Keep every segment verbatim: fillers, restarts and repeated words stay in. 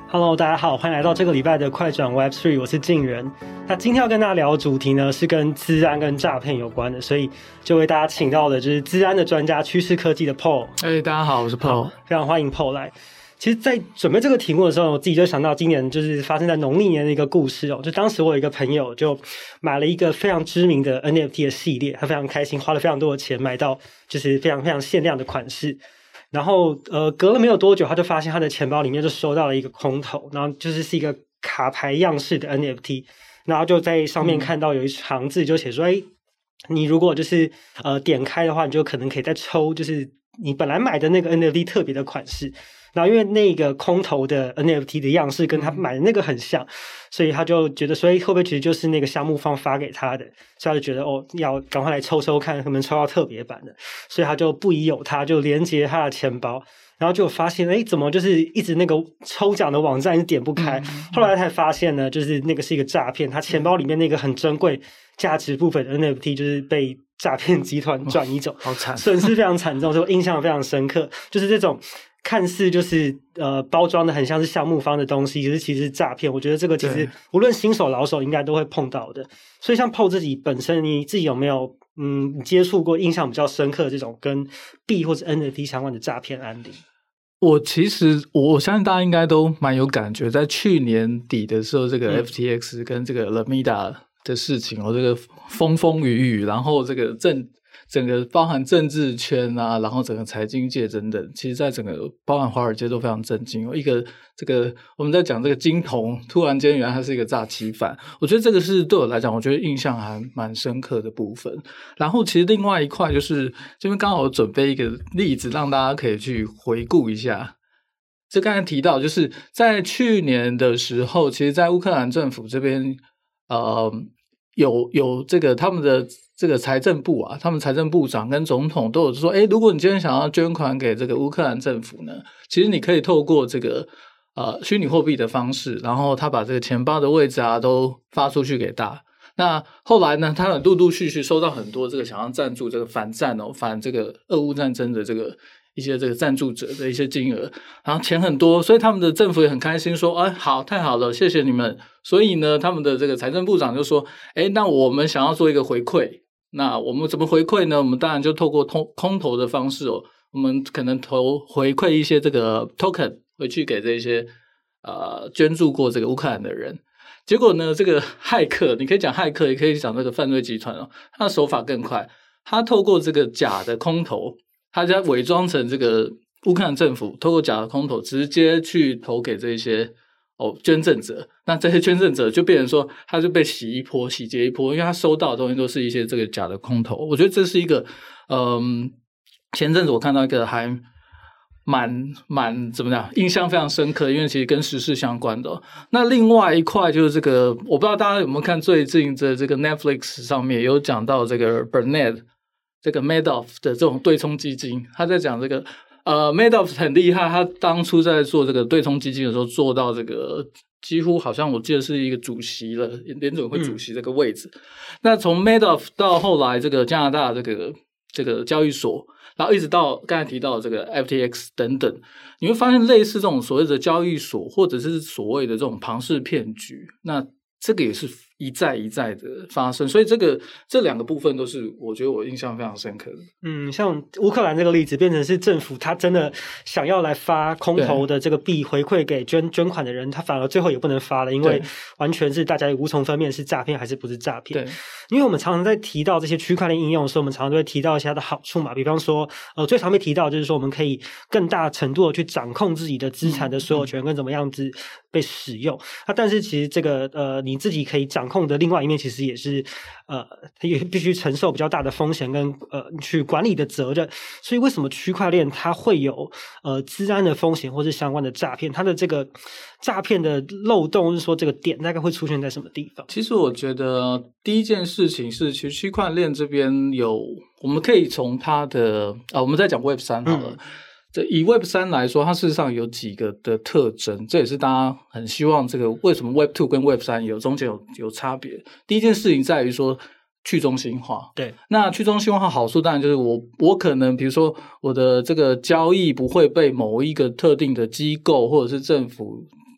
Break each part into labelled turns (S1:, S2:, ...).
S1: Hello， 大家好，欢迎来到这个礼拜的快转 Web 三，我是晋仁。那今天要跟大家聊的主题呢，是跟资安跟诈骗有关的，所以就为大家请到的就是资安的专家趋势科技的 Paul。
S2: 哎、欸，大家好，我是 Paul，
S1: 非常欢迎 Paul 来。其实，在准备这个题目的时候，我自己就想到今年就是发生在农历年的一个故事哦。就当时我有一个朋友就买了一个非常知名的 N F T 的系列，他非常开心，花了非常多的钱买到就是非常非常限量的款式。然后呃，隔了没有多久，他就发现他的钱包里面就收到了一个空投，然后就是是一个卡牌样式的 N F T， 然后就在上面看到有一行字就写说，哎、嗯，你如果就是呃点开的话，你就可能可以再抽，就是你本来买的那个 N F T 特别的款式。然后因为那个空投的 N F T 的样式跟他买的那个很像，所以他就觉得，所以会不会其实就是那个项目方发给他的，所以他就觉得哦，要赶快来抽抽看，能不能抽到特别版的，所以他就不疑有他，就连接他的钱包，然后就发现，哎，怎么就是一直那个抽奖的网站是点不开？嗯、后来才发现呢，就是那个是一个诈骗，他钱包里面那个很珍贵价值部分的 N F T 就是被诈骗集团转移走，
S2: 好惨，
S1: 损失非常惨重，所以我印象非常深刻，就是这种。看似就是呃包装的很像是项目方的东西，可是其实是诈骗。我觉得这个其实无论新手老手应该都会碰到的。所以像 Paul 自己本身，你自己有没有嗯接触过印象比较深刻的这种跟币或者 N F T 相关的诈骗案例？
S2: 我其实我相信大家应该都蛮有感觉，在去年底的时候，这个 F T X 跟这个 Alameda 的事情，哦、嗯，这个风风雨雨，然后这个正。整个包含政治圈啊，然后整个财经界等等，其实在整个包含华尔街都非常震惊。一个这个我们在讲这个金童，突然间原来他是一个诈欺犯，我觉得这个是对我来讲，我觉得印象还蛮深刻的部分。然后其实另外一块就是这边刚好准备一个例子，让大家可以去回顾一下。这刚才提到，就是在去年的时候，其实在乌克兰政府这边，呃，有有这个他们的。这个财政部啊，他们财政部长跟总统都有说，诶，如果你今天想要捐款给这个乌克兰政府呢，其实你可以透过这个呃虚拟货币的方式，然后他把这个钱包的位置啊都发出去给大家。那后来呢，他陆陆续续收到很多这个想要赞助这个反战哦，反这个俄乌战争的这个一些这个赞助者的一些金额，然后钱很多，所以他们的政府也很开心说，哎，好，太好了，谢谢你们。所以呢，他们的这个财政部长就说，诶，那我们想要做一个回馈。那我们怎么回馈呢？我们当然就透过空空投的方式哦，我们可能投回馈一些这个 token 回去给这些呃捐助过这个乌克兰的人。结果呢，这个骇客，你可以讲骇客，也可以讲这个犯罪集团哦，他的手法更快，他透过这个假的空投，他将伪装成这个乌克兰政府，透过假的空投直接去投给这些。哦，捐赠者，那这些捐赠者就变成说，他就被洗一波、洗劫一波，因为他收到的东西都是一些这个假的空投。我觉得这是一个，嗯，前阵子我看到一个还蛮蛮怎么讲，印象非常深刻，因为其实跟时事相关的、哦。那另外一块就是这个，我不知道大家有没有看最近的这个 Netflix 上面有讲到这个 Bernard 这个 Madoff 的这种对冲基金，他在讲这个。呃 Madoff 很厉害，他当初在做这个对冲基金的时候，做到这个几乎好像我记得是一个主席了，联准会主席这个位置。嗯、那从 Madoff 到后来这个加拿大这个这个交易所，然后一直到刚才提到的这个 F T X 等等，你会发现类似这种所谓的交易所，或者是所谓的这种庞氏骗局，那这个也是一再一再的发生，所以这个这两个部分都是我觉得我印象非常深刻的。
S1: 嗯，像乌克兰这个例子变成是政府他真的想要来发空投的这个币回馈给捐捐款的人，他反而最后也不能发了，因为完全是大家也无从分辨是诈骗还是不是诈骗。对，因为我们常常在提到这些区块链应用的时候，我们常常都会提到一些它的好处嘛，比方说呃最常被提到就是说我们可以更大程度的去掌控自己的资产的所有权跟怎么样子被使用。那、嗯嗯、但是其实这个呃你自己可以掌控的另外一面，其实也是呃也必须承受比较大的风险跟呃去管理的责任。所以为什么区块链它会有呃资安的风险或是相关的诈骗？它的这个诈骗的漏洞是说这个点大概会出现在什么地方？
S2: 其实我觉得第一件事情是，其实区块链这边有，我们可以从它的啊，我们在讲 Web 三 好了。嗯，这以 Web 三 来说，它事实上有几个的特征，这也是大家很希望这个为什么 Web 二 跟 Web 三 有中间有有差别。第一件事情在于说去中心化。
S1: 对，
S2: 那去中心化好处当然就是我我可能比如说我的这个交易不会被某一个特定的机构或者是政府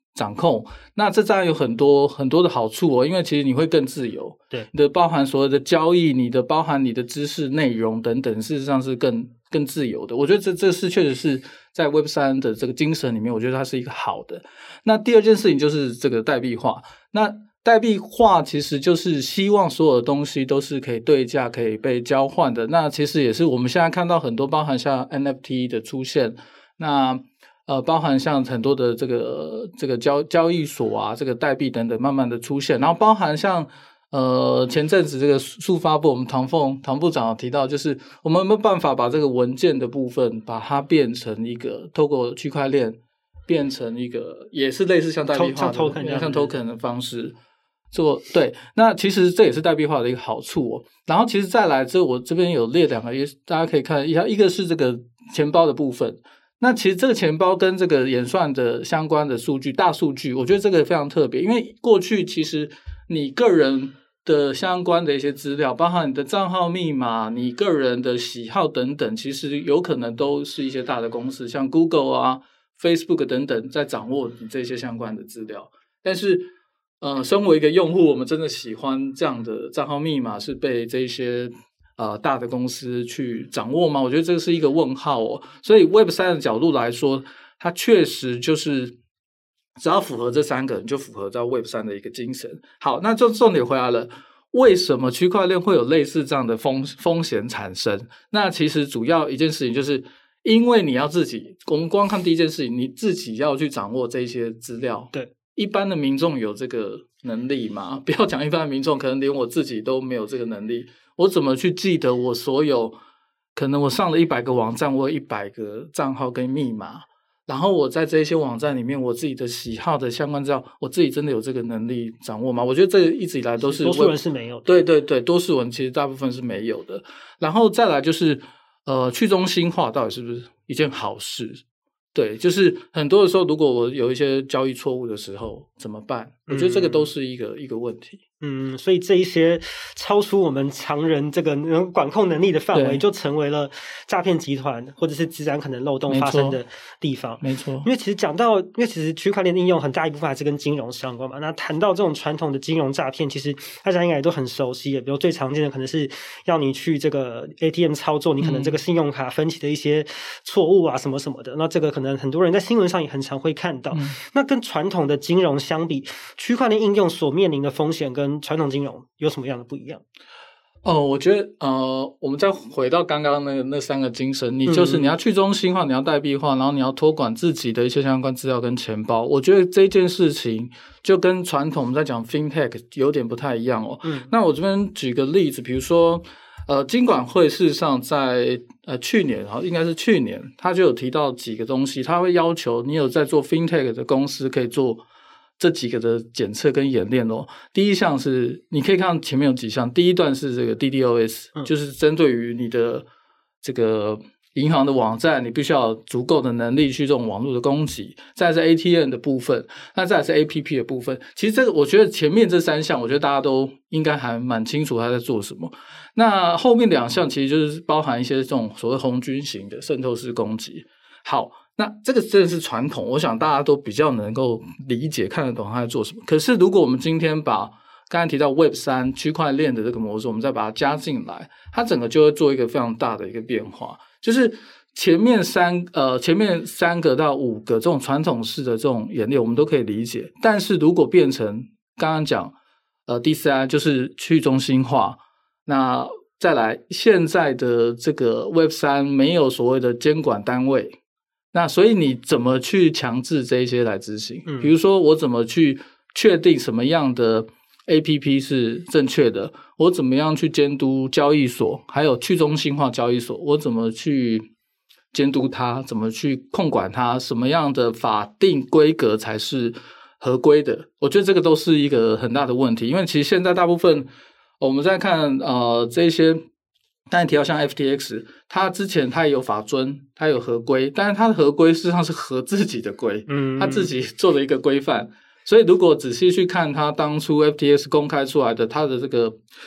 S2: 掌控，那这当然有很多很多的好处哦，因为其实你会更自由，
S1: 对，
S2: 你的包含所有的交易，你的包含你的知识内容等等，事实上是更更自由的。我觉得这这是确实是在 Web 三 的这个精神里面，我觉得它是一个好的。那第二件事情就是这个代币化，那代币化其实就是希望所有的东西都是可以对价、可以被交换的。那其实也是我们现在看到很多包含像 N F T 的出现，那呃，包含像很多的这个这个交交易所啊，这个代币等等，慢慢的出现。然后包含像呃前阵子这个速发部，我们唐凤唐部长有提到，就是我们有没有办法把这个文件的部分，把它变成一个透过区块链变成一个，也是类似像代币化的，像 token 像 token 的方式做。对，那其实这也是代币化的一个好处哦。然后其实再来，这我这边有列两个，也大家可以看一下，一个是这个钱包的部分。那其实这个钱包跟这个演算的相关的数据，大数据，我觉得这个非常特别，因为过去其实你个人的相关的一些资料，包含你的账号密码、你个人的喜好等等，其实有可能都是一些大的公司，像 Google 啊、Facebook 等等，在掌握你这些相关的资料。但是，呃，身为一个用户，我们真的喜欢这样的账号密码是被这些呃，大的公司去掌握吗？我觉得这是一个问号哦。所以 Web 三 的角度来说，它确实就是只要符合这三个，你就符合到 Web 三 的一个精神。好，那就重点回来了，为什么区块链会有类似这样的风风险产生？那其实主要一件事情就是因为你要自己，我们光看第一件事情，你自己要去掌握这些资料。
S1: 对，
S2: 一般的民众有这个能力吗？不要讲一般的民众，可能连我自己都没有这个能力。我怎么去记得我所有？可能我上了一百个网站，我有一百个账号跟密码，然后我在这些网站里面，我自己的喜好的相关资料，我自己真的有这个能力掌握吗？我觉得这一直以来都是
S1: 多数人是没有的。
S2: 对对对，多数人其实大部分是没有的。然后再来就是，呃，去中心化到底是不是一件好事？对，就是很多的时候，如果我有一些交易错误的时候怎么办？我觉得这个都是一个、嗯、一个问题。
S1: 嗯，所以这一些超出我们常人这个能管控能力的范围，就成为了诈骗集团或者是治安可能漏洞发生的地方。
S2: 没错，
S1: 因为其实讲到，因为其实区块链的应用很大一部分还是跟金融相关嘛。那谈到这种传统的金融诈骗，其实大家应该也都很熟悉的。比如最常见的可能是要你去这个 A T M 操作，你可能这个信用卡分期的一些错误啊什么什么的。那这个可能很多人在新闻上也很常会看到。嗯、那跟传统的金融相比，区块链应用所面临的风险跟传统金融有什么样的不一样？
S2: 哦，我觉得呃，我们再回到刚刚那个那三个精神，你就是你要去中心化，你要代币化，然后你要托管自己的一些相关资料跟钱包。我觉得这件事情就跟传统我们在讲 FinTech 有点不太一样哦。嗯，那我这边举个例子，比如说呃，金管会事实上在呃去年，好应该是去年，他就有提到几个东西，他会要求你有在做 FinTech 的公司可以做这几个的检测跟演练哦。第一项是你可以看前面有几项，第一段是这个 D DoS、嗯、就是针对于你的这个银行的网站，你必须要有足够的能力去这种网络的攻击。再来是 A T M 的部分，那再来是 A P P 的部分。其实这个我觉得前面这三项，我觉得大家都应该还蛮清楚他在做什么。那后面两项其实就是包含一些这种所谓红军型的渗透式攻击。好，那这个真的是传统，我想大家都比较能够理解看得懂他在做什么。可是如果我们今天把刚才提到 Web 三 区块链的这个模式，我们再把它加进来，它整个就会做一个非常大的一个变化。就是前面三呃前面三个到五个这种传统式的这种演练我们都可以理解，但是如果变成刚刚讲呃 D C I 就是去中心化，那再来现在的这个 Web 三 没有所谓的监管单位，那所以你怎么去强制这一些来执行？嗯、比如说我怎么去确定什么样的 A P P 是正确的，我怎么样去监督交易所，还有去中心化交易所，我怎么去监督它，怎么去控管它，什么样的法定规格才是合规的？我觉得这个都是一个很大的问题，因为其实现在大部分我们在看呃这些刚才提到像 F T X， 它之前它也有法遵，它有合规，但是它的合规事实上是合自己的规，嗯，它自己做的一个规范。所以如果仔细去看它当初 F T X 公开出来的它的这个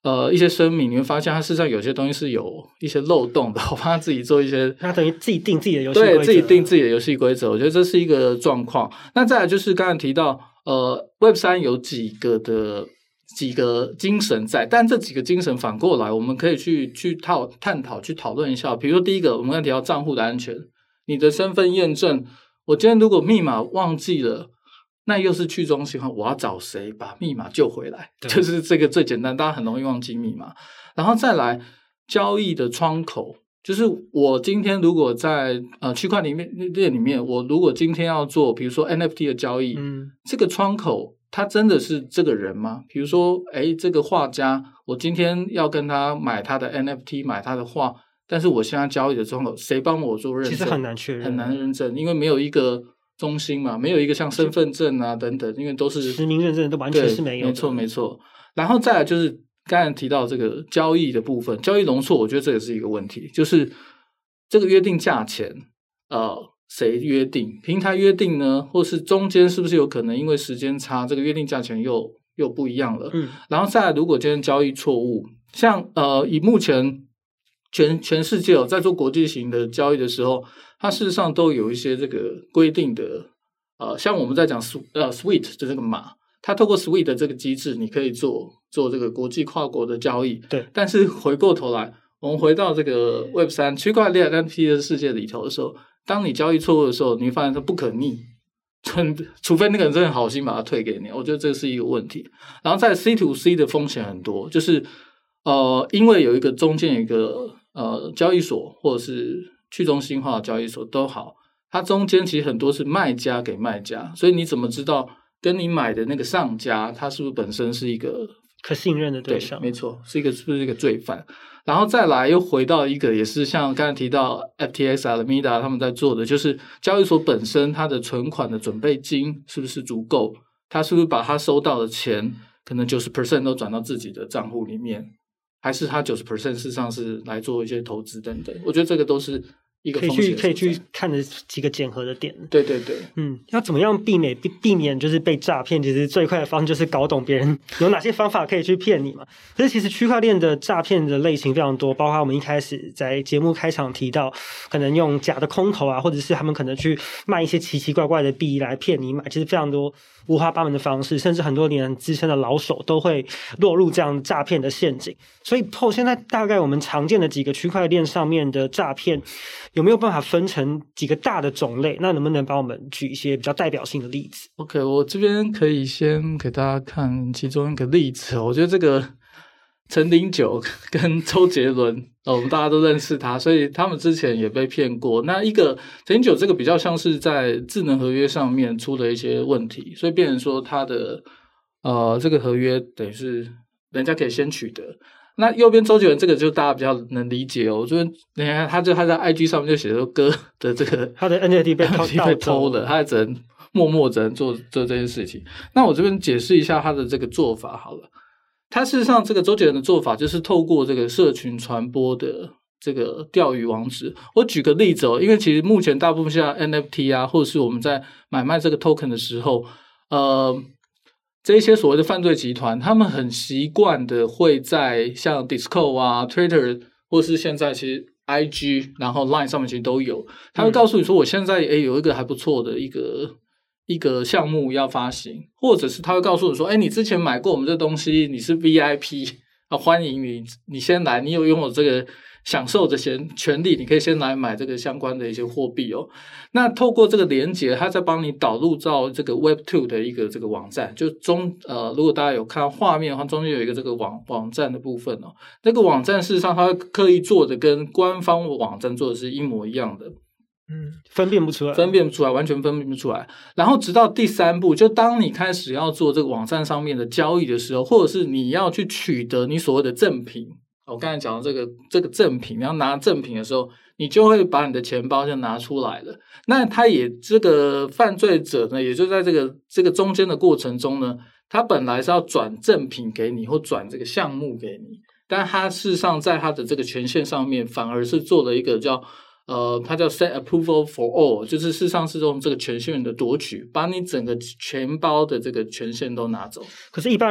S2: 呃一些声明，你会发现它事实上有些东西是有一些漏洞的，我帮他自己做一些，
S1: 他等于自己定自己的游戏规则，
S2: 对自己定自己的游戏规则，我觉得这是一个状况。那再来就是刚才提到，呃 Web 三 有几个的几个精神在，但这几个精神反过来，我们可以去去讨探讨去讨论一下。比如说第一个，我们刚才提到账户的安全，你的身份验证，我今天如果密码忘记了。那又是去中心化，我要找谁把密码救回来？就是这个最简单，大家很容易忘记密码。然后再来交易的窗口，就是我今天如果在呃区块链里面，我如果今天要做，比如说 N F T 的交易，嗯，这个窗口他真的是这个人吗？比如说，哎，这个画家，我今天要跟他买他的 N F T， 买他的画，但是我现在交易的窗口谁帮我做认证？
S1: 其实很难确认，
S2: 很难认证，因为没有一个。中心嘛，没有一个像身份证啊等等，因为都是
S1: 实名认证都完全是没有的，
S2: 没错没错。然后再来就是刚才提到这个交易的部分，交易容错，我觉得这也是一个问题，就是这个约定价钱，呃，谁约定？平台约定呢，或是中间是不是有可能因为时间差，这个约定价钱又又不一样了？嗯，然后再来，如果今天交易错误，像呃，以目前全全世界哦，在做国际型的交易的时候。它事实上都有一些这个规定的，呃，像我们在讲 呃 S W I F T 的这个码，它透过 S W I F T 的这个机制，你可以做做这个国际跨国的交易。
S1: 对。
S2: 但是回过头来，我们回到这个 Web 三 区块链 N F T 的世界里头的时候，当你交易错误的时候，你会发现它不可逆，除非那个人真的好心把它退给你，我觉得这是一个问题。然后在 C to C 的风险很多，就是呃，因为有一个中间有一个呃交易所或者是去中心化的交易所都好，它中间其实很多是卖家给卖家，所以你怎么知道跟你买的那个上家，他是不是本身是一个
S1: 可信任的对象？
S2: 对，没错，是一个是不是一个罪犯？然后再来又回到一个，也是像刚才提到 F T X、Alameda 他们在做的，就是交易所本身它的存款的准备金是不是足够？他是不是把他收到的钱可能 百分之九十 都转到自己的账户里面？还是他 百分之九十 事实上是来做一些投资等等？我觉得这个都是一个
S1: 可以去可以去看的几个检核的点。
S2: 对对对，
S1: 嗯，要怎么样避免避避免就是被诈骗？其实最快的方式就是搞懂别人有哪些方法可以去骗你嘛。可是其实区块链的诈骗的类型非常多，包括我们一开始在节目开场提到，可能用假的空投啊，或者是他们可能去卖一些奇奇怪怪的币来骗你买，其实非常多五花八门的方式，甚至很多年资深的老手都会落入这样诈骗的陷阱。所以后现在大概我们常见的几个区块链上面的诈骗，有没有办法分成几个大的种类？那能不能帮我们举一些比较代表性的例子
S2: ？OK， 我这边可以先给大家看其中一个例子。我觉得这个陈零九跟周杰伦，哦，我们大家都认识他，所以他们之前也被骗过。那一个陈零九这个比较像是在智能合约上面出了一些问题，所以变成说他的呃这个合约等于是人家可以先取得。那右边周杰伦这个就大家比较能理解哦，我觉得你看他就他在 I G 上面就写说歌的这个
S1: 他的 N F T 被偷
S2: 被偷了，他只能默默只能做做这件事情。那我这边解释一下他的这个做法好了。他事实上这个周杰伦的做法就是透过这个社群传播的这个钓鱼网址。我举个例子哦，因为其实目前大部分像 N F T 啊，或者是我们在买卖这个 token 的时候，呃。这一些所谓的犯罪集团，他们很习惯的会在像 Discord 啊、Twitter 或是现在其实 I G 然后 Line 上面其实都有，他会告诉你说我现在诶有一个还不错的一个一个项目要发行，或者是他会告诉你说诶你之前买过我们这东西，你是 V I P 啊，欢迎你你先来，你有拥有这个享受这些权利，你可以先来买这个相关的一些货币哦。那透过这个连结，它再帮你导入到这个 Web 二 的一个这个网站，就中呃，如果大家有看到画面的话，中间有一个这个网网站的部分哦。那个网站事实上它会刻意做的跟官方网站做的是一模一样的，
S1: 嗯，分辨不出来，
S2: 分辨不出来，完全分辨不出来。然后直到第三步，就当你开始要做这个网站上面的交易的时候，或者是你要去取得你所谓的赠品。我刚才讲的这个这个赠品，你要拿赠品的时候，你就会把你的钱包就拿出来了。那他也这个犯罪者呢，也就在这个这个中间的过程中呢，他本来是要转赠品给你或转这个项目给你，但他事实上在他的这个权限上面，反而是做了一个叫呃，它叫 set approval for all， 就是事实上是用这个权限的夺取，把你整个钱包的这个权限都拿走。
S1: 可是，一般人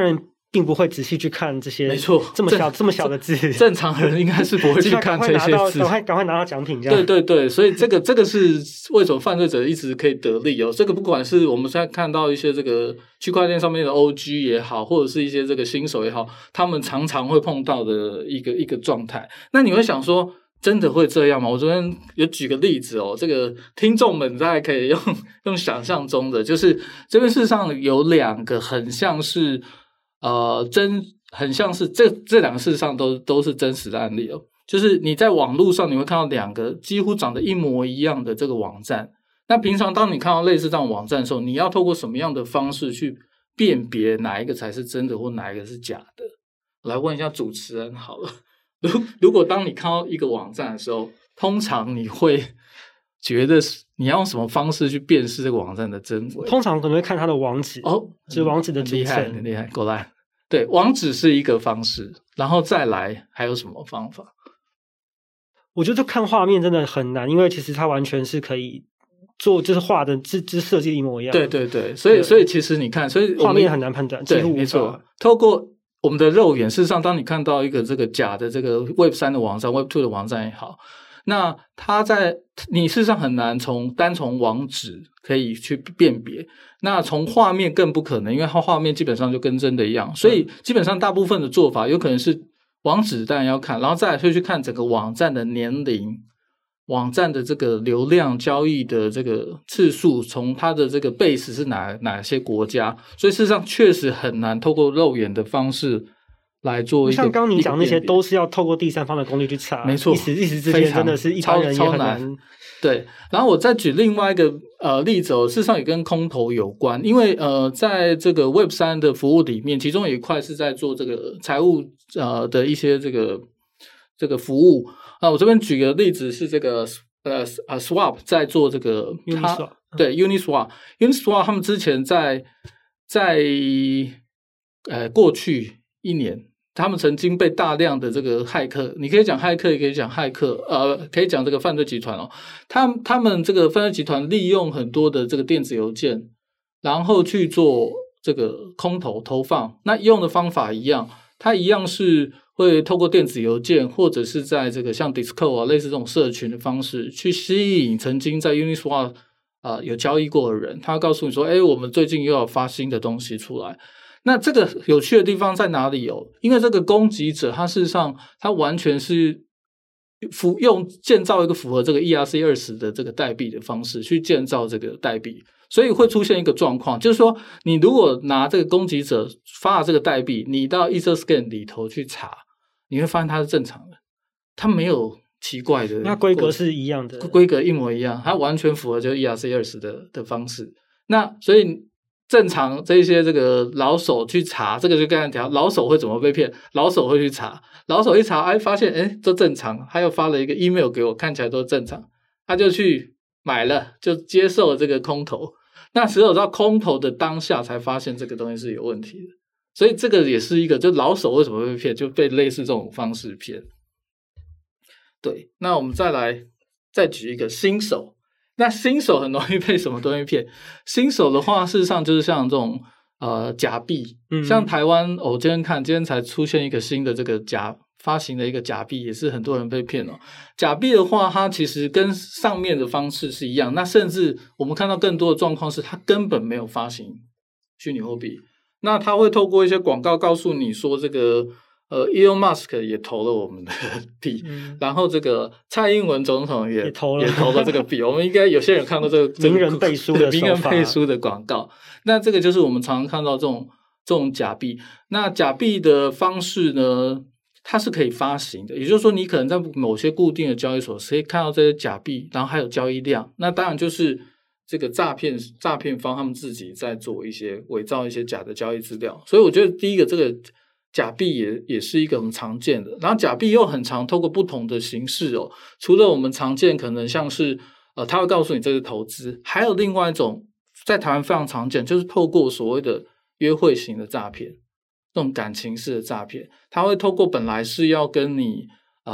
S1: 并不会仔细去看这些，
S2: 没错，
S1: 这么小这么小的字，
S2: 正常人应该是不会去看这些字，
S1: 赶快赶快拿到奖品这样。
S2: 对对对，所以这个这个是为什么犯罪者一直可以得利哦。这个不管是我们现在看到一些这个区块链上面的 O G 也好，或者是一些这个新手也好，他们常常会碰到的一个一个状态。那你会想说，真的会这样吗？我这边有举个例子哦，这个听众们大概可以用用想象中的，就是这边事实上有两个很像是呃真很像是这这两个事实上都都是真实的案例哦。就是你在网络上你会看到两个几乎长得一模一样的这个网站，那平常当你看到类似这样网站的时候，你要透过什么样的方式去辨别哪一个才是真的或哪一个是假的？我来问一下主持人好了。如如果当你看到一个网站的时候，通常你会觉得你要用什么方式去辨识这个网站的真伪？
S1: 通常可能会看它的网址
S2: 哦，
S1: 就是网址的组成，
S2: 厉害，很厉害，够烂。对，网址是一个方式，然后再来还有什么方法？
S1: 我觉得看画面真的很难，因为其实它完全是可以做，就是画的之之设计一模一样。
S2: 对对对，所以所以其实你看，所以
S1: 画面很难判断，几乎无法。
S2: 没错，透过我们的肉眼，事实上，当你看到一个这个假的这个 Web 三 的网站 Web 二 的网站也好，那它在你事实上很难从单从网址可以去辨别，那从画面更不可能，因为它画面基本上就跟真的一样，所以基本上大部分的做法有可能是网址当然要看，然后再来会去看整个网站的年龄。网站的这个流量交易的这个次数，从它的这个 base 是哪哪些国家，所以事实上确实很难透过肉眼的方式来做一个。
S1: 像刚刚你讲那些都是要透过第三方的工具去查，
S2: 没错，
S1: 一时一时之间真的是一般人也很难。
S2: 对，然后我再举另外一个呃例子哦，事实上也跟空投有关，因为呃在这个 Web 三 的服务里面，其中有一块是在做这个财务呃的一些这个这个服务。啊，我这边举个例子是这个呃啊 Swap 在做这个
S1: Uniswap，
S2: 对 Uniswap Uniswap 他们之前在在呃过去一年，他们曾经被大量的这个骇客，你可以讲骇客，也可以讲骇客，呃，可以讲这个犯罪集团哦。他他们这个犯罪集团利用很多的这个电子邮件，然后去做这个空投投放，那用的方法一样，它一样是。会透过电子邮件或者是在这个像 Discord 啊类似这种社群的方式去吸引曾经在 Uniswap 啊、呃、有交易过的人，他会告诉你说，哎，我们最近又要发新的东西出来。那这个有趣的地方在哪里哦？因为这个攻击者他事实上他完全是符用建造一个符合这个 E R C 二十 的这个代币的方式去建造这个代币。所以会出现一个状况，就是说你如果拿这个攻击者发的这个代币，你到 Etherscan 里头去查，你会发现它是正常的，它没有奇怪的，
S1: 那规格是一样的，
S2: 规格一模一样，它完全符合就是 E R C 二十 的的方式。那所以正常这些这个老手去查，这个就刚才讲老手会怎么被骗，老手会去查，老手一查，哎，发现哎都正常，他又发了一个 email 给我，看起来都正常，他就去买了，就接受了这个空投。那只有到空投的当下才发现这个东西是有问题的，所以这个也是一个，就老手为什么会被骗，就被类似这种方式骗。对，那我们再来再举一个新手，那新手很容易被什么东西骗？新手的话，事实上就是像这种呃假币，嗯、像台湾，我、哦、今天看今天才出现一个新的这个假。发行的一个假币也是很多人被骗哦。假币的话，它其实跟上面的方式是一样，那甚至我们看到更多的状况是，它根本没有发行虚拟货币，那它会透过一些广告告诉你说，这个呃 Elon Musk 也投了我们的币、嗯，然后这个蔡英文总统也
S1: 也投了
S2: 也投了这个币，我们应该有些人看过这个
S1: 名人背书的
S2: 名人背书的广告，那这个就是我们常常看到这种这种假币。那假币的方式呢？它是可以发行的，也就是说你可能在某些固定的交易所可以看到这些假币，然后还有交易量，那当然就是这个诈骗诈骗方他们自己在做一些伪造一些假的交易资料。所以我觉得第一个这个假币也也是一个很常见的，然后假币又很常透过不同的形式哦，除了我们常见可能像是呃他会告诉你这是投资，还有另外一种在台湾非常常见，就是透过所谓的约会型的诈骗，这种感情式的诈骗，他会透过本来是要跟你啊、呃、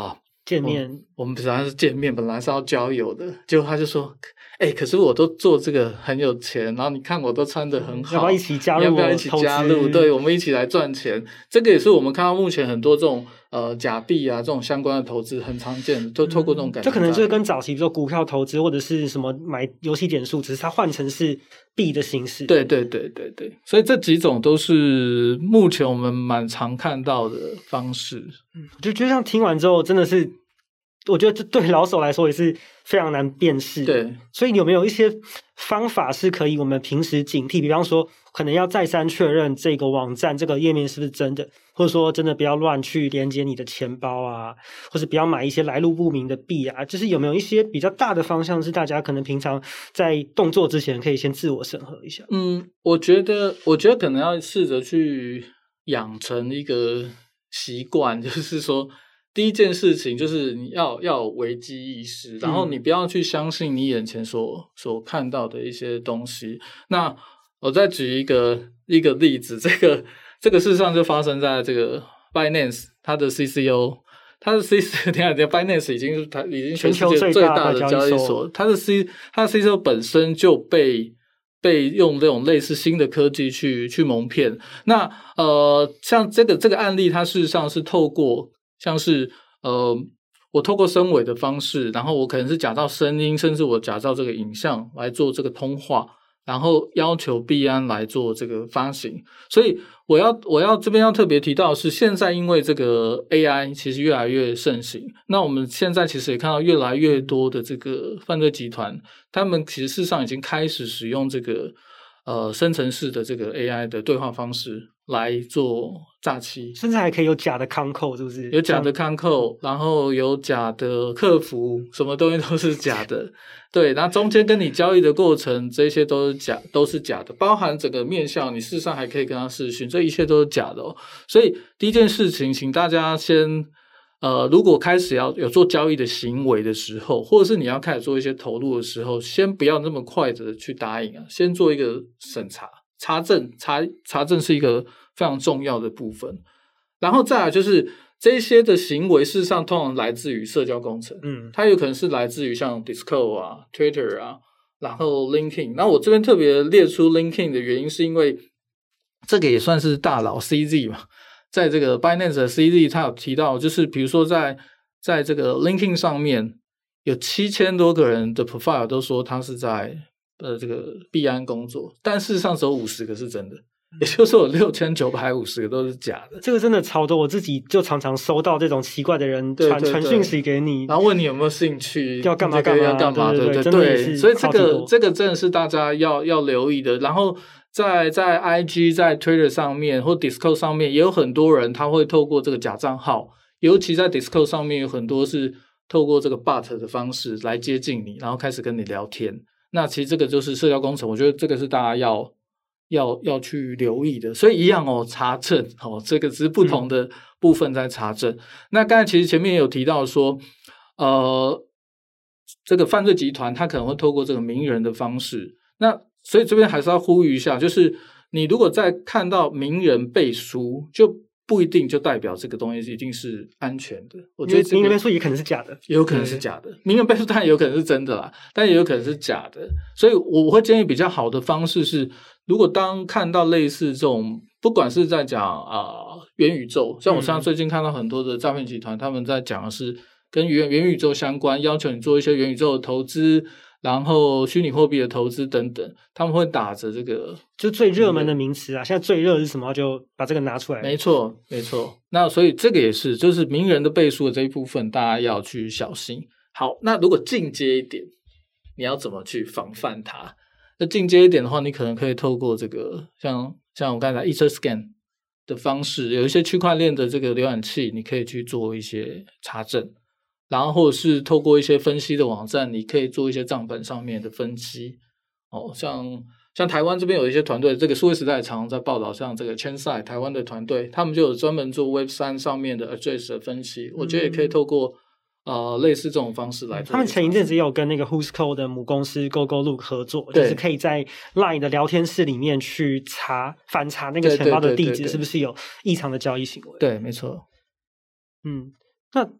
S1: 见面，
S2: 我们本来是见面，本来是要交友的，结果他就说：“哎、欸，可是我都做这个很有钱，然后你看我都穿得很好，
S1: 要不要一起加入？
S2: 要不要一起加入？对，我们一起来赚钱。”这个也是我们看到目前很多这种呃假币啊这种相关的投资很常见的，都透过这种感觉、嗯。
S1: 就可能就是跟早期比如说股票投资或者是什么买游戏点数，只是它换成是币的形式。
S2: 对对对对对，所以这几种都是目前我们蛮常看到的方式。
S1: 嗯，我就觉得像听完之后真的是。我觉得这对老手来说也是非常难辨识。
S2: 对，
S1: 所以你有没有一些方法是可以我们平时警惕？比方说，可能要再三确认这个网站、这个页面是不是真的，或者说真的不要乱去连接你的钱包啊，或者不要买一些来路不明的币啊。就是有没有一些比较大的方向是大家可能平常在动作之前可以先自我审核一下？
S2: 嗯，我觉得，我觉得可能要试着去养成一个习惯，就是说。第一件事情就是你要要有危机意识，然后你不要去相信你眼前所所看到的一些东西。那我再举一个一个例子，这个这个事实上就发生在这个 Binance， 它的 C C O， 它的 C C O， 你看 Binance 已经是它已经全世界最大的交易所，它的 C 它的 C C O 本身就被。被用这种类似新的科技去去蒙骗。那呃，像这个这个案例，它事实上是透过。像是呃，我透过声尾的方式，然后我可能是假造声音，甚至我假造这个影像来做这个通话，然后要求币安来做这个发行。所以我要我要这边要特别提到的是，现在因为这个 A I 其实越来越盛行，那我们现在其实也看到越来越多的这个犯罪集团，他们其实事实上已经开始使用这个呃生成式的这个 A I 的对话方式。来做诈欺，
S1: 甚至还可以有假的康扣，是不是？
S2: 有假的康扣，然后有假的客服，什么东西都是假的。对，然后中间跟你交易的过程，这些都是假，都是假的，包含整个面向，你事实上还可以跟他视讯，这一切都是假的哦。所以第一件事情，请大家先，呃，如果开始要有做交易的行为的时候，或者是你要开始做一些投入的时候，先不要那么快的去答应啊，先做一个审查。查证查查证是一个非常重要的部分，然后再来就是这些的行为事实上通常来自于社交工程，嗯，它有可能是来自于像 Discord 啊、Twitter 啊，然后 LinkedIn。那我这边特别列出 LinkedIn 的原因，是因为这个也算是大佬 C Z 嘛，在这个 Binance 的 C Z 他有提到，就是比如说在在这个 LinkedIn 上面有七千多个人的 profile 都说他是在。呃，这个币安工作，但事实上只有五十个是真的，也就是说有六千九百五十个都是假的。
S1: 这个真的超多，我自己就常常收到这种奇怪的人传传讯息给你，
S2: 然后问你有没有兴趣，
S1: 要干嘛干嘛，
S2: 要干嘛，对对对对。所以这个这个真的是大家要要留意的。然后在在 I G 在 Twitter 上面或 Discord 上面也有很多人他会透过这个假账号，尤其在 Discord 上面有很多是透过这个 bot 的方式来接近你，然后开始跟你聊天。那其实这个就是社交工程，我觉得这个是大家要要要去留意的。所以一样哦，查证哦，这个只是不同的部分在查证。嗯、那刚才其实前面也有提到说，呃，这个犯罪集团他可能会透过这个名人的方式。那所以这边还是要呼吁一下，就是你如果在看到名人背书，就不一定就代表这个东西一定是安全的。我觉得、这个、
S1: 名人背书也可能是假的，
S2: 也有可能是假的。名人背书当然也有可能是真的啦，但也有可能是假的。所以我会建议比较好的方式是，如果当看到类似这种，不管是在讲啊、呃、元宇宙，像我现在最近看到很多的诈骗集团，他们在讲的是跟元元宇宙相关，要求你做一些元宇宙的投资。然后虚拟货币的投资等等，他们会打着这个
S1: 就最热门的名词啊，现在最热是什么，就把这个拿出来。
S2: 没错没错，那所以这个也是就是名人的背书的这一部分大家要去小心。好，那如果进阶一点，你要怎么去防范它？那进阶一点的话，你可能可以透过这个像像我刚才 Etherscan 的方式，有一些区块链的这个浏览器，你可以去做一些查证。然后或者是透过一些分析的网站，你可以做一些账本上面的分析。哦，像像台湾这边有一些团队，这个数位时代常常在报道，像这个千赛台湾的团队，他们就有专门做 Web 三 上面的 address 的分析。我觉得也可以透过呃类似这种方式来做。
S1: 他们前一阵子也有跟那个 Whoscall 的母公司 GoGoLook 合作，就是可以在 Line 的聊天室里面去查反查那个钱包的地址是不是有异常的交易行为。
S2: 对，没错。
S1: 嗯，那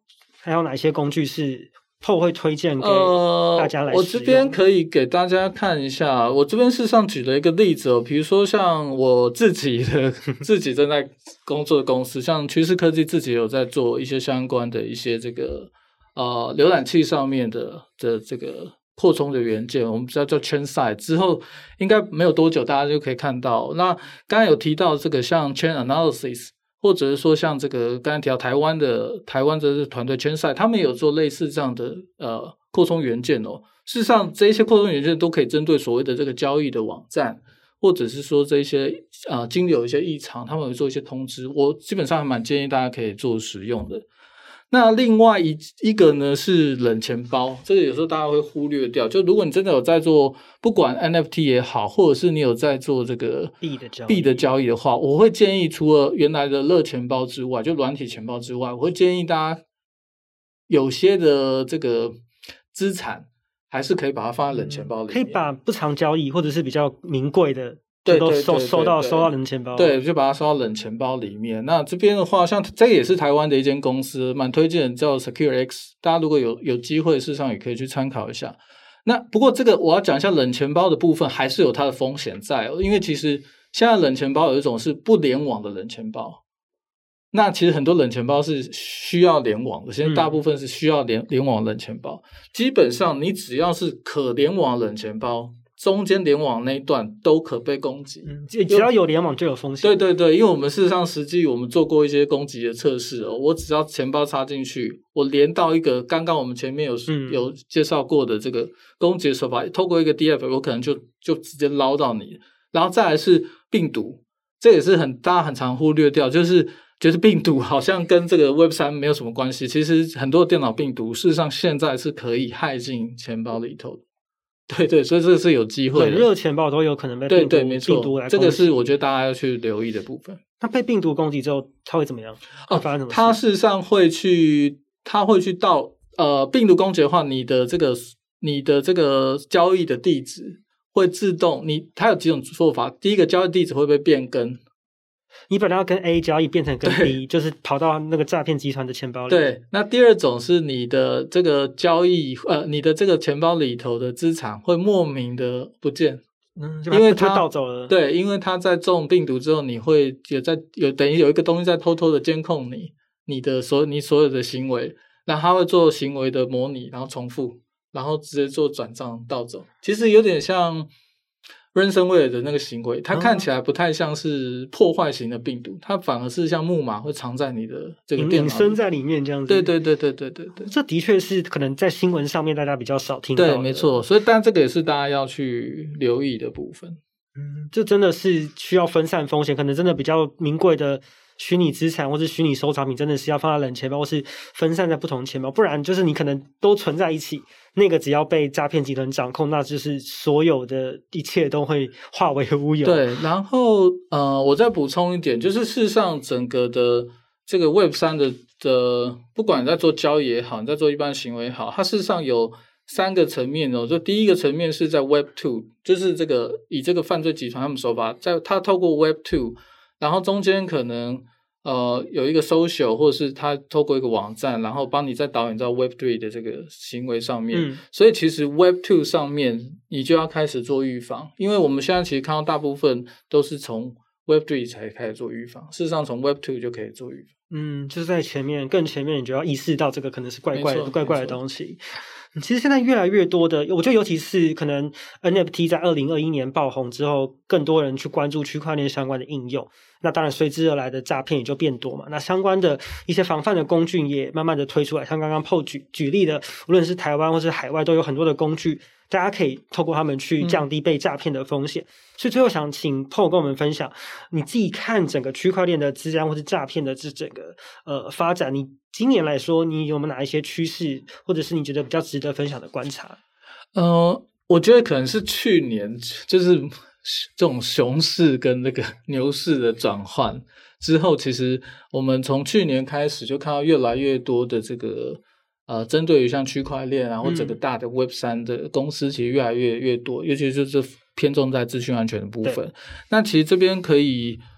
S1: 还有哪一些工具是 Paul 会推荐给大家来使用、呃、
S2: 我这边可以给大家看一下，我这边事实上举了一个例子哦，比如说像我自己的自己正在工作的公司，像趋势科技自己有在做一些相关的一些这个呃浏览器上面的的这个扩充的元件，我们叫叫 Chain Size， 之后应该没有多久大家就可以看到。那刚才有提到这个像 Chain Analysis，或者是说像这个刚才提到台湾的台湾的团队 Chainside， 他们也有做类似这样的呃扩充元件哦。事实上，这些扩充元件都可以针对所谓的这个交易的网站，或者是说这些呃经有一些异常，他们有做一些通知。我基本上还蛮建议大家可以做使用的。那另外一一个呢是冷钱包，这个有时候大家会忽略掉。就如果你真的有在做，不管 N F T 也好，或者是你有在做这个
S1: 币的交易
S2: 币的交易的话，我会建议除了原来的热钱包之外，就软体钱包之外，我会建议大家有些的这个资产还是可以把它放在冷钱包里面、嗯、
S1: 可以把不常交易或者是比较名贵的
S2: 对
S1: 都收收到收到冷钱包，
S2: 对，就把它收到冷钱包里面。那这边的话，像这个也是台湾的一间公司，蛮推荐的，叫 SecureX， 大家如果有有机会，事实上也可以去参考一下。那不过这个我要讲一下冷钱包的部分，还是有它的风险在哦，因为其实现在冷钱包有一种是不联网的冷钱包，那其实很多冷钱包是需要联网的，现在大部分是需要联、嗯、联网冷钱包。基本上你只要是可联网冷钱包，中间联网那一段都可被攻击、
S1: 嗯、只要有联网就有风险。
S2: 对对对，因为我们事实上实际我们做过一些攻击的测试哦，我只要钱包插进去，我连到一个刚刚我们前面有、嗯、有介绍过的这个攻击的手法，透过一个 D F 我可能就就直接捞到你。然后再来是病毒，这也是很大家很常忽略掉，就是觉得病毒好像跟这个 Web 三 没有什么关系，其实很多电脑病毒事实上现在是可以害进钱包里头的。对对，所以这个是有机会的。
S1: 对，热钱包都有可能被病毒
S2: 对对没错
S1: 病毒来攻击，
S2: 这个是我觉得大家要去留意的部分。
S1: 那被病毒攻击之后，它会怎么样？
S2: 哦，
S1: 发生什么事？
S2: 它事实上会去，它会去到呃，病毒攻击的话，你的这个你的这个交易的地址会自动，你它有几种做法。第一个，交易地址会被变更。
S1: 你本来要跟 A 交易变成跟 B， 就是跑到那个诈骗集团的钱包里。
S2: 对，那第二种是你的这个交易，呃，你的这个钱包里头的资产会莫名的不见，
S1: 嗯，
S2: 因为它
S1: 盗走了。
S2: 对，因为它在中病毒之后，你会有在有等于有一个东西在偷偷的监控你，你的所你所有的行为，然后它会做行为的模拟，然后重复，然后直接做转账盗走。其实有点像ransomware 的那个行为，它看起来不太像是破坏型的病毒，它反而是像木马会藏在你的这个电脑里，
S1: 隐身在里面这样子。
S2: 对对对对对对对，
S1: 这的确是可能在新闻上面大家比较少听到的。
S2: 对，没错。所以，但这个也是大家要去留意的部分。
S1: 嗯，这真的是需要分散风险，可能真的比较名贵的虚拟资产或是虚拟收藏品，真的是要放在冷钱包，或是分散在不同钱包，不然就是你可能都存在一起，那个只要被诈骗集团掌控，那就是所有的一切都会化为乌有。
S2: 对，然后呃，我再补充一点，就是事实上整个的这个 Web 三 的的，不管你在做交易也好，你在做一般行为也好，它事实上有三个层面哦。就第一个层面是在 Web 二， 就是这个以这个犯罪集团他们手法，在它透过 Web 二，然后中间可能呃有一个 social， 或者是他透过一个网站，然后帮你再导引到 Web 三 的这个行为上面、嗯、所以其实 Web 二 上面你就要开始做预防，因为我们现在其实看到大部分都是从 Web 三 才开始做预防，事实上从 Web 二 就可以做预防。
S1: 嗯，就是在前面更前面你就要意识到这个可能是怪怪的怪怪的东西。其实现在越来越多的，我觉得尤其是可能 N F T 在二零二一年爆红之后，更多人去关注区块链相关的应用，那当然随之而来的诈骗也就变多嘛。那相关的一些防范的工具也慢慢的推出来，像刚刚 Paul 举举例的，无论是台湾或是海外都有很多的工具，大家可以透过他们去降低被诈骗的风险、嗯、所以最后想请 Paul 跟我们分享你自己看整个区块链的资安或是诈骗的这整个呃发展，你今年来说你有没有哪一些趋势，或者是你觉得比较值得分享的观察？
S2: 呃，我觉得可能是去年就是这种熊市跟那个牛市的转换之后，其实我们从去年开始就看到越来越多的这个呃，针对于像区块链啊或整个大的 Web 三 的公司其实越来越越多，尤其就是偏重在资讯安全的部分。那其实这边可以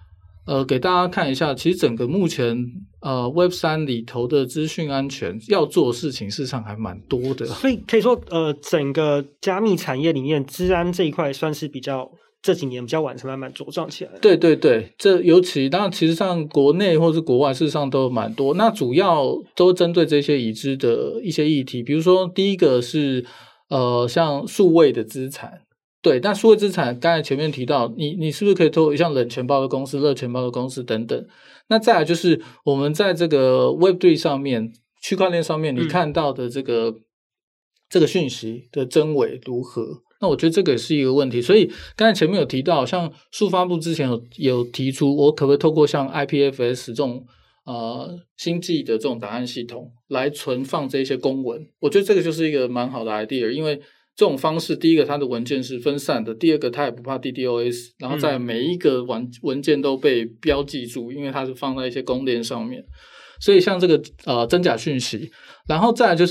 S2: 呃，给大家看一下，其实整个目前呃 Web 三 里头的资讯安全要做的事情，事实上还蛮多的。
S1: 所以可以说，呃，整个加密产业里面，资安这一块算是比较这几年比较晚才慢慢茁壮起来的。
S2: 对对对，这尤其当然，其实上国内或是国外，事实上都蛮多。那主要都针对这些已知的一些议题，比如说第一个是呃，像数位的资产。对，但数位资产刚才前面提到，你你是不是可以透过像冷钱包的公司、热钱包的公司等等？那再来就是我们在这个 Web 三 上面、区块链上面，你看到的这个、嗯、这个讯息的真伪如何？那我觉得这个也是一个问题。所以刚才前面有提到，像数发布之前有有提出，我可不可以透过像 I P F S 这种呃星际的这种档案系统来存放这些公文？我觉得这个就是一个蛮好的 idea， 因为这种方式，第一个它的文件是分散的，第二个它也不怕 D D O S， 然后在每一个文文件都被标记住，因为它是放在一些公链上面。所以像这个呃真假讯息，然后再来就是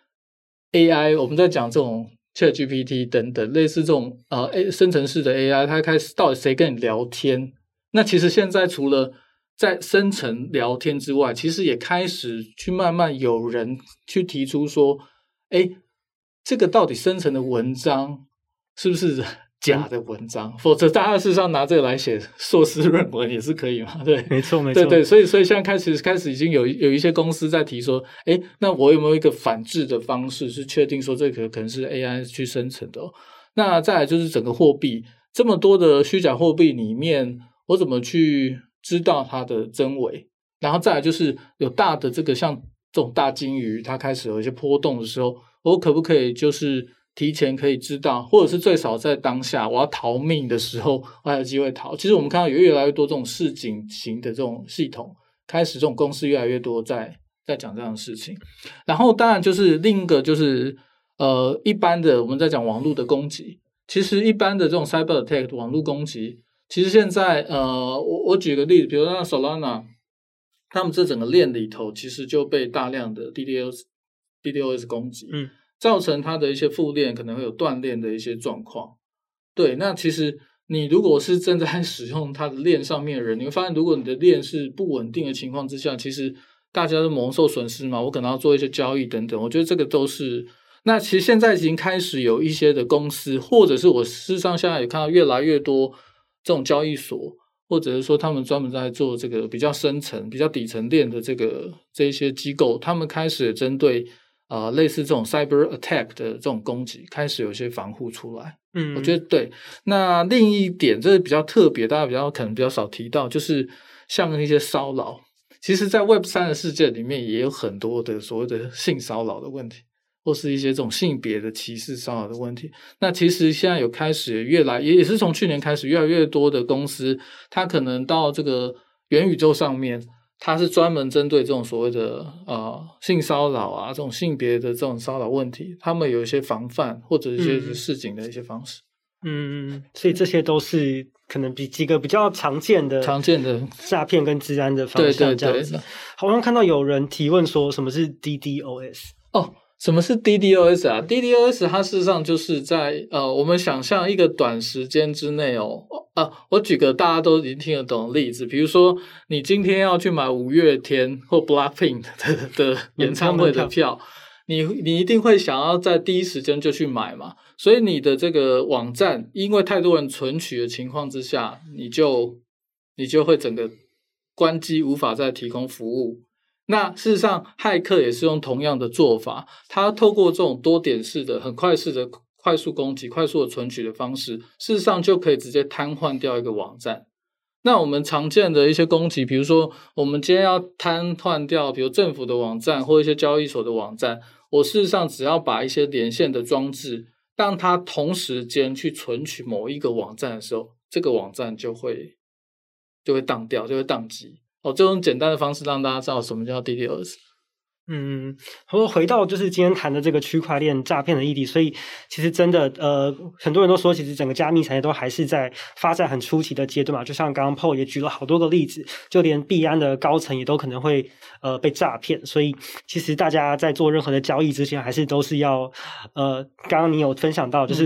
S2: A I， 我们在讲这种 ChatGPT 等等类似这种呃生成式的 A I， 它开始到底谁跟你聊天？那其实现在除了在生成聊天之外，其实也开始去慢慢有人去提出说，诶这个到底生成的文章是不是假的文章？嗯、否则大家事实上拿这个来写硕士论文也是可以嘛？对，
S1: 没错，没错，
S2: 对对，所以所以现在开始开始已经有有一些公司在提说，哎，那我有没有一个反制的方式，是确定说这个可能是 A I 去生成的、哦？那再来就是整个货币，这么多的虚假货币里面，我怎么去知道它的真伪？然后再来就是有大的这个像这种大金鱼，它开始有一些波动的时候。我可不可以就是提前可以知道，或者是最少在当下我要逃命的时候，我还有机会逃。其实我们看到有越来越多这种示警型的这种系统，开始这种公司越来越多在在讲这样的事情。然后当然就是另一个就是呃一般的我们在讲网络的攻击，其实一般的这种 cyber attack 网络攻击，其实现在呃我我举个例子，比如说 Solana， 他们这整个链里头其实就被大量的 D D O S D D O S 攻击，嗯，造成它的一些副链可能会有断链的一些状况。对，那其实你如果是正在使用它的链上面的人，你会发现，如果你的链是不稳定的情况之下，其实大家都蒙受损失嘛。我可能要做一些交易等等，我觉得这个都是。那其实现在已经开始有一些的公司，或者是我事实上现在也看到越来越多这种交易所。或者是说他们专门在做这个比较深层、比较底层链的这个这一些机构，他们开始针对呃类似这种 cyber attack 的这种攻击，开始有一些防护出来。嗯，我觉得对。那另一点，这是比较特别，大家比较可能比较少提到，就是像一些骚扰。其实，在 Web 三 的世界里面，也有很多的所谓的性骚扰的问题。或是一些这种性别的歧视骚扰的问题，那其实现在有开始越来也也是从去年开始，越来越多的公司，它可能到这个元宇宙上面，它是专门针对这种所谓的呃性骚扰啊，这种性别的这种骚扰问题，他们有一些防范或者一些示警的一些方式。
S1: 嗯，所以这些都是可能比几个比较常见的、
S2: 常见的
S1: 诈骗跟治安的方向这样子。对对对，好像看到有人提问说，什么是 D D O S？
S2: 哦。什么是 D D O S 啊 ？D D O S 它事实上就是在呃，我们想象一个短时间之内哦，啊，我举个大家都已经听得懂的例子，比如说你今天要去买五月天或 Blackpink 的, 的演唱会的票，你你一定会想要在第一时间就去买嘛，所以你的这个网站因为太多人存取的情况之下，你就你就会整个关机，无法再提供服务。那事实上骇客也是用同样的做法，他透过这种多点式的很快式的快速攻击快速的存取的方式，事实上就可以直接瘫痪掉一个网站。那我们常见的一些攻击，比如说我们今天要瘫痪掉比如政府的网站或一些交易所的网站，我事实上只要把一些连线的装置让它同时间去存取某一个网站的时候，这个网站就会就会当掉，就会当机。哦，这种简单的方式让大家知道什么叫 D D O S。
S1: 嗯，我回到就是今天谈的这个区块链诈骗的议题，所以其实真的呃，很多人都说，其实整个加密产业都还是在发展很初期的阶段嘛。就像刚刚 Paul 也举了好多个例子，就连币安的高层也都可能会呃被诈骗。所以其实大家在做任何的交易之前，还是都是要呃，刚刚你有分享到，就是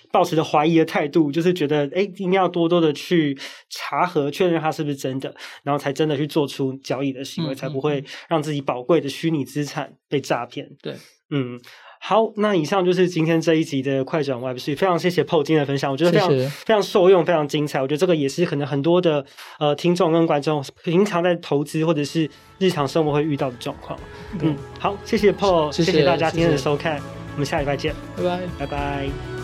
S1: 抱持着怀疑的态度，就是觉得哎，一定要多多的去查核，确认它是不是真的，然后才真的去做出交易的行为，嗯、才不会让自己宝贵的虚拟资产被诈骗。
S2: 对，
S1: 嗯。好，那以上就是今天这一集的快转 Web 三，非常谢谢 Paul 今天的分享，我觉得非常
S2: 谢谢
S1: 非常受用，非常精彩。我觉得这个也是可能很多的呃听众跟观众平常在投资或者是日常生活会遇到的状况。嗯，好，谢谢 Paul， 谢谢大家今天的收看，我们下礼拜见，
S2: 拜拜，
S1: 拜拜。